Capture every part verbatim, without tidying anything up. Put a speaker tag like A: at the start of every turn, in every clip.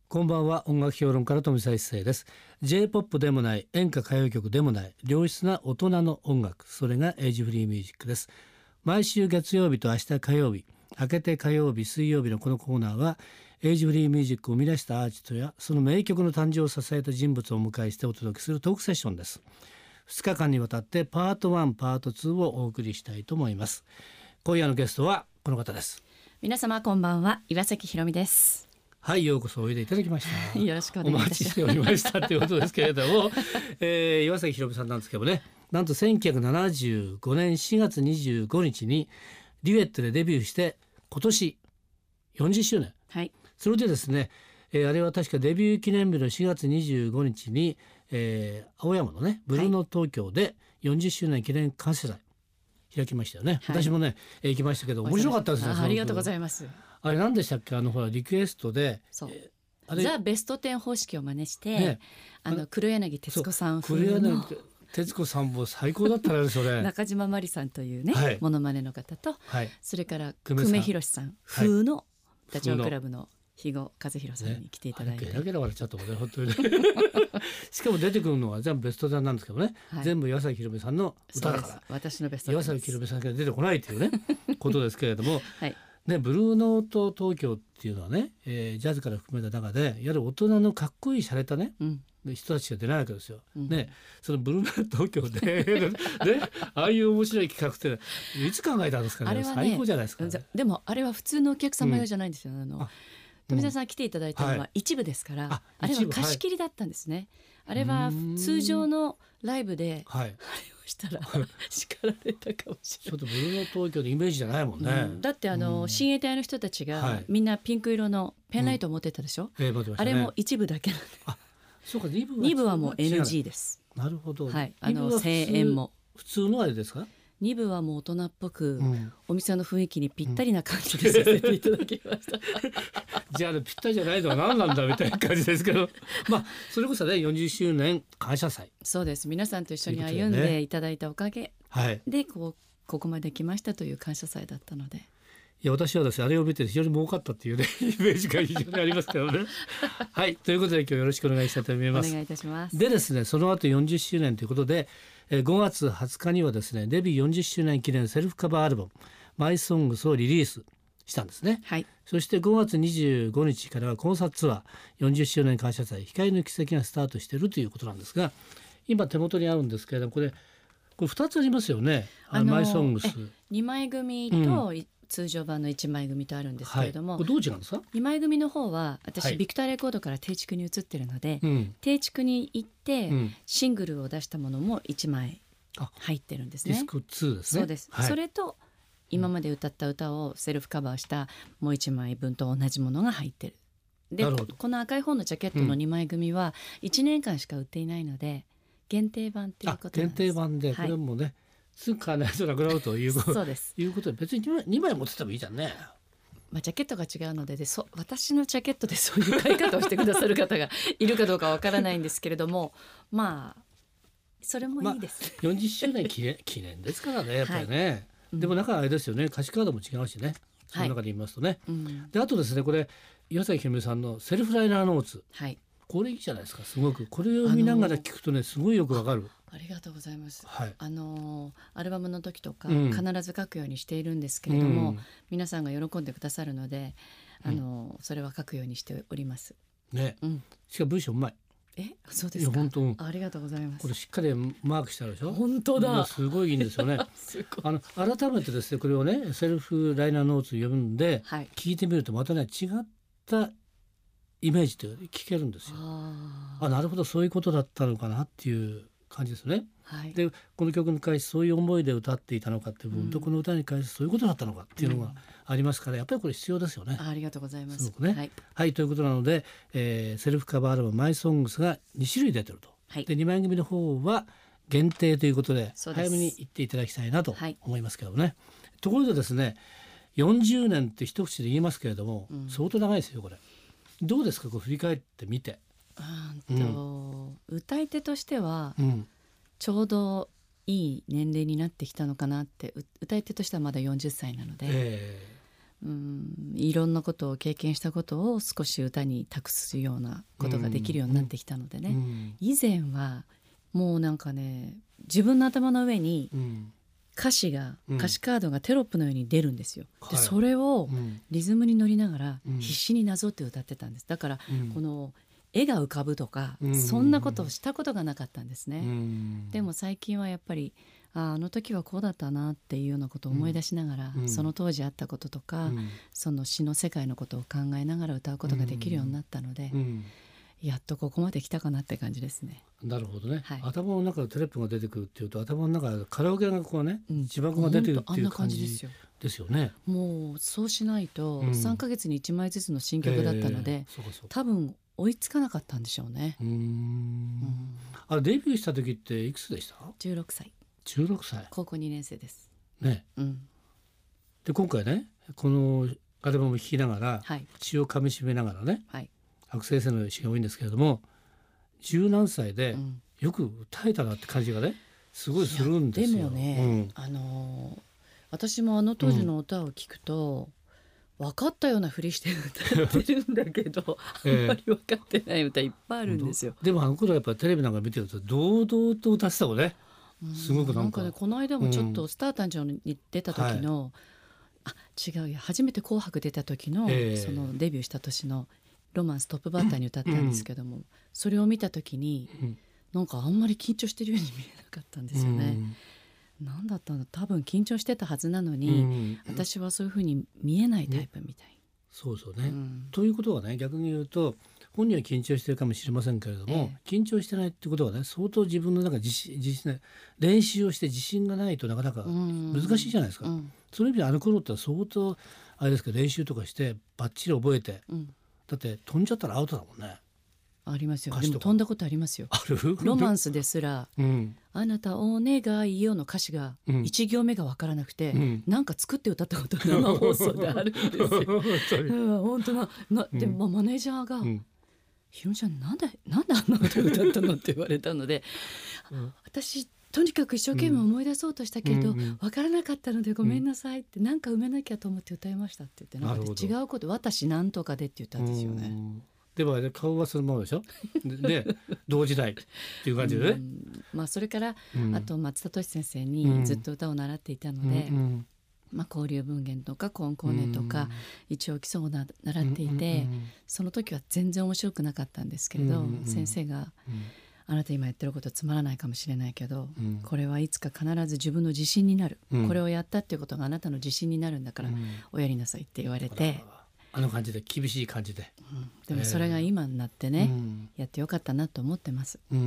A: こんばんは。音楽評論家の富澤一世です。 J-ポップ でもない、演歌歌謡曲でもない、良質な大人の音楽、それがエイジフリーミュージックです。毎週月曜日と明日火曜日、明けて火曜日水曜日のこのコーナーは、エイジフリーミュージックを生み出したアーティストやその名曲の誕生を支えた人物をお迎えしてお届けするトークセッションです。ふつかかんにわたってパートワンパートツーをお送りしたいと思います。今夜のゲストはこの方です。
B: 皆様こんばんは、岩崎宏美です。
A: はい、ようこそおいでいただきました。
B: よろしくお願いいたします。
A: お待ちしておりましたということですけれども、えー、岩崎宏美さんなんですけどもね、なんとせんきゅうひゃくななじゅうごねんしがつにじゅうごにちにデュエットでデビューして今年よんじゅっしゅうねん、
B: はい、
A: それでですね、えー、あれは確かデビュー記念日のしがつにじゅうごにちに、えー、青山のねブルーノ東京でよんじゅっしゅうねん記念感謝祭開きましたよね、はい、私もね、えー、行きましたけど面白かったですね。
B: あ, ありがとうございます。
A: あれ何でしたっけ、あのほらリクエストで
B: ザ・ベストテン方式を真似して、ね、あの黒柳徹子さん風の、
A: 黒柳徹子さんも最高だったねそれ
B: 中島まりさんというね、はい、モノマネの方と、はい、それから久米宏さん風のダチョウ倶楽部の肥後和弘さんに来ていただいて、
A: ね、ゲラゲラ笑っちゃったもんね本当にしかも出てくるのは全部ベストテンなんですけどね、はい、全部岩崎宏美さんの歌だから
B: 私のベストテン
A: 岩崎宏美さんが出てこないというねことですけれども、はいね、ブルーノート東京っていうのはね、えー、ジャズから含めた中でいわゆる大人のかっこいい洒落たね、うん、人たちが出ないわけですよ、うんね、そのブルーノート東京で、ね、ああいう面白い企画っていつ考えたんですか ね, ね最高じゃないですか、ね、
B: でもあれは普通のお客様用じゃないんですよ、うん、あのあ富澤さん来ていただいたのは一部ですから、うん、あ, あれは貸し切りだったんですね、はい、あれは通常のライブで、はい、あれをしたら叱られたかもしれない。
A: ちょっとブルーノ東京のイメージじゃないもんね、うん、
B: だってあの、うん、親衛隊の人たちが、はい、みんなピンク色のペンライトを持ってたでしょ、うんえーね、あれも一部だけなんで。あ、そうか、にぶはにぶはもう エヌジー です。
A: なるほど、
B: はい、あの声援も
A: 普通のあれですか。
B: にぶはもう大人っぽく、うん、お店の雰囲気にぴったりな感じでさせていただきました、うん、
A: じゃあぴったりじゃないのは何なんだみたいな感じですけどまあそれこそねよんじゅっしゅうねん感謝祭、
B: そうです、皆さんと一緒に歩んでいただいたおかげでこうここまで来ましたという感謝祭だったので、
A: いや私はですねあれを見て非常に儲かったっていうねイメージが非常にありますけどねはいということで今日よろしくお願いしたいと思います。
B: お願いいたします。
A: でですねその後よんじゅっしゅうねんということでごがつはつかにはですねデビューよんじゅっしゅうねん記念セルフカバーアルバムマイソングスをリリースしたんですね、はい、そしてごがつにじゅうごにちからはコンサートツアーよんじゅっしゅうねん感謝祭光の軌跡がスタートしているということなんですが、今手元にあるんですけれどもこれこれふたつありますよね、あのマイソングス
B: にまい組と、うん通常版のいちまい組とあるんですけれども、
A: はい、これどう違うんですか。
B: にまい組の方は私、はい、ビクターレコードから定築に移ってるので、うん、定築に行って、うん、シングルを出したものもいちまい入ってるんですね。
A: ディスクツーですね。
B: そうです、はい、それと今まで歌った歌をセルフカバーしたもういちまいぶんと同じものが入ってる。でこの赤い方のジャケットのにまい組はいちねんかんしか売っていないので限定版ということなんです。
A: 限定版でこれもね、はいすぐ買わないとなくなるということそうですいうことで別ににまい持っててもいいじゃんね。
B: まあ、ジャケットが違うの で, でそ私のジャケットでそういう買い方をしてくださる方がいるかどうかわからないんですけれどもまあそれもいいです、
A: まあ、よんじゅっしゅうねん記念記念ですからねやっぱりね、はいうん、でも中あれですよね歌詞カードも違うしねその中で言いますとね、はいうん、であとですねこれ岩崎宏美さんのセルフライナーノーツ、はい、これいいじゃないですか。すごくこれを見ながら聞くとねすごいよくわかる。
B: ありがとうございます、はい、あのアルバムの時とか、うん、必ず書くようにしているんですけれども、うん、皆さんが喜んでくださるのであの、うん、それは書くようにしております
A: ね、うん、しかも文章うまい。
B: え、そうですか。
A: 本当
B: ありがとうございます。
A: これしっかりマークしてあるでしょ。
B: 本当だ。
A: すごいいいんですよねあの改めてですねこれをねセルフライナーノーツ読んで、はい、聞いてみるとまたね違ったイメージで聞けるんですよ。ああなるほどそういうことだったのかなっていう感じですね、はい、でこの曲に関してそういう思いで歌っていたのかっていう部分と、うん、この歌に関してそういうことだったのかっていうのがありますから、うん、やっぱりこれ必要ですよね。
B: あ, ありがとうございます。
A: すごくね、はい、はい、ということなので、えー、セルフカバーアルバムマイソングスがにしゅるい出てると、はい、でにまい組の方は限定ということで早めに言っていただきたいなと思いますけどね、はい、ところでですねよんじゅうねんって一口で言いますけれども、うん、相当長いですよこれ。どうですかこう振り返ってみて。
B: うんとうん、歌い手としては、うん、ちょうどいい年齢になってきたのかなって。歌い手としてはまだよんじゅっさいなので、えうんいろんなことを経験したことを少し歌に託すようなことができるようになってきたのでね、うんうん、以前はもうなんかね自分の頭の上に歌詞が、うん、歌詞カードがテロップのように出るんですよ、でそれをリズムに乗りながら必死になぞって歌ってたんです。だからこの絵が浮かぶとか、うん、そんなことをしたことがなかったんですね、うん、でも最近はやっぱり あ, あの時はこうだったなっていうようなことを思い出しながら、うん、その当時あったこととか、うん、その詩の世界のことを考えながら歌うことができるようになったので、うんうん、やっとここまで来たかなって感じですね。
A: なるほどね、はい、頭の中でテロップが出てくるっていうと頭の中でカラオケがこうね、うん、字幕が出てるっていう感じですよ。ですよね。
B: もうそうしないとさんかげつにいちまいずつの新曲だったので、えー、そうかそうか多分追いつかなかったんでしょうね。うーん、うん、
A: あれデビューした時っていくつでした？
B: じゅうろくさい。
A: じゅうろくさい。
B: 高校にねん生です
A: ね、うん、で今回ねこのアルバムを聴きながら、はい、血をかみしめながらね、はい、白先生の詩が多いんですけれども十何歳でよく歌えたなって感じがねすごいするんですよ。
B: でもね、うん、あのー、私もあの当時の歌を聴くと、うん、分かったようなふりして歌ってるんだけどあんまり分かってない歌いっぱいあるんですよ、
A: えー、でもあの頃やっぱりテレビなんか見てると堂々と歌ってたもんね。すごくなんか、
B: なんかねこの間もちょっとスター誕生に出た時の、うんはい、あ違うや初めて紅白出た時の、えー、そのデビューした年のロマンストップバッターに歌ったんですけども、うん、それを見た時に、うん、なんかあんまり緊張してるように見えなかったんですよね、うん、なんだったの多分緊張してたはずなのに、うん、私はそういう風に見えないタイプみたい、ね、
A: そうそうね、うん、ということはね逆に言うと本人は緊張してるかもしれませんけれども、ええ、緊張してないってことはね相当自分の中で自信、自信ない練習をして自信がないとなかなか難しいじゃないですか、うん、そういう意味であの頃って相当あれですけど練習とかしてバッチリ覚えて、うん、だって飛んじゃったらアウトだもんね。
B: ありますよ。でも飛んだことありますよ。
A: ある
B: ロマンスですら、うん、あなたお願いよの歌詞がいち行目が分からなくて、うん、なんか作って歌ったことが生放送であるんですよ本当ななでも、うん、マネージャーが、うんひろみちゃんなんでなんであんなこと歌ったのって言われたので、うん、私とにかく一生懸命思い出そうとしたけど、うん、分からなかったのでごめんなさいって、うん、なんか埋めなきゃと思って歌いましたって言ってなんか違うこと私なんとかでって言ったんですよね。
A: でも顔はそのままでしょで同時代っていう感じでね、
B: うんまあ、それから、うん、あと松田俊先生にずっと歌を習っていたので、うんうんまあ、交流文言とかコンコーネとか一応基礎をな習っていて、その時は全然面白くなかったんですけれど、先生が、あなた今やってることつまらないかもしれないけど、これはいつか必ず自分の自信になる、これをやったっていうことがあなたの自信になるんだからおやりなさいって言われて、
A: あの感じで厳しい感じで、
B: うん、でもそれが今になってね、えー、やってよかったなと思ってます。うん、うん、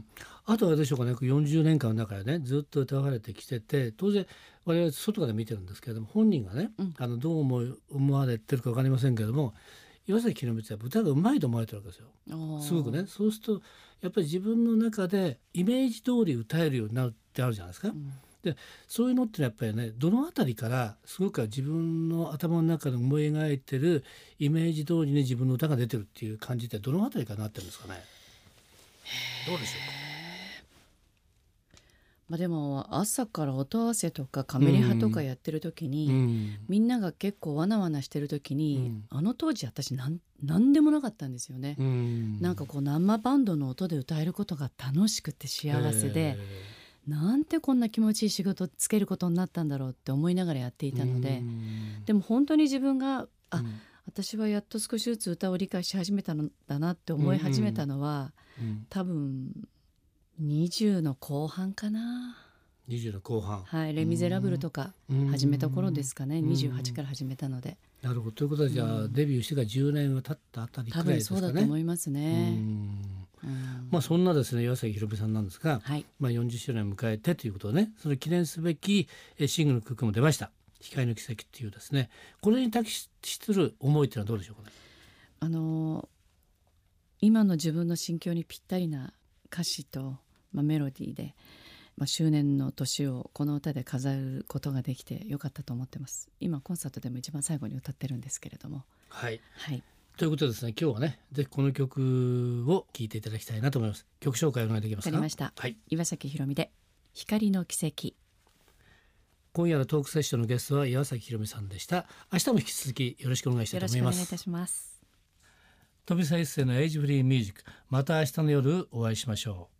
A: あとはでしょうかねよんじゅうねんかんの中でねずっと歌われてきてて当然我々外から見てるんですけれども本人がね、うん、あのどう思思われてるか分かりませんけれども岩崎宏美さんは歌がうまいと思われてるわけですよすごくね。そうするとやっぱり自分の中でイメージ通り歌えるようになるってあるじゃないですか、うんでそういうのってやっぱりねどのあたりからすごく自分の頭の中で思い描いてるイメージ通りに自分の歌が出てるっていう感じってどのあたりからなってるんですかね。どうでしょうか。
B: まあ、でも朝から音合わせとかカメリハとかやってる時に、うん、みんなが結構わなわなしてる時に、うん、あの当時私なん何でもなかったんですよね、うん、なんかこう生バンドの音で歌えることが楽しくて幸せでなんてこんな気持ちいい仕事つけることになったんだろうって思いながらやっていたので、でも本当に自分があ、うん、私はやっと少しずつ歌を理解し始めたのだなって思い始めたのは、うんうん、多分にじゅうの後半かな。
A: にじゅうの後半、
B: はい、レ・ミゼラブルとか始めた頃ですかね。にじゅうはちから始めたので。
A: なるほど。ということはじゃあ、うん、デビューしてからじゅうねんが経ったあたりくらいですかね。
B: 多分そうだと思いますね。
A: うんまあ、そんなですね岩崎宏美さんなんですが、はいまあ、よんじゅっしゅうねんを迎えてということでねそれ記念すべきシングルの曲も出ました光の奇跡っていうですねこれに対する思いっていうのはどうでしょうかね。
B: あのー、今の自分の心境にぴったりな歌詞と、まあ、メロディーで、まあ、周年の年をこの歌で飾ることができてよかったと思ってます。今コンサートでも一番最後に歌ってるんですけれども
A: はい、
B: はい
A: ということでですね今日はねぜひこの曲を聴いていただきたいなと思います。曲紹介お願いできますか。
B: わかりました、はい、岩崎宏美で光の奇跡。
A: 今夜のトークセッションのゲストは岩崎宏美さんでした。明日も引き続きよろしくお願いしたいと思います。
B: よろしくお願いいたします。
A: 富澤一世のエイジフリーミュージック、また明日の夜お会いしましょう。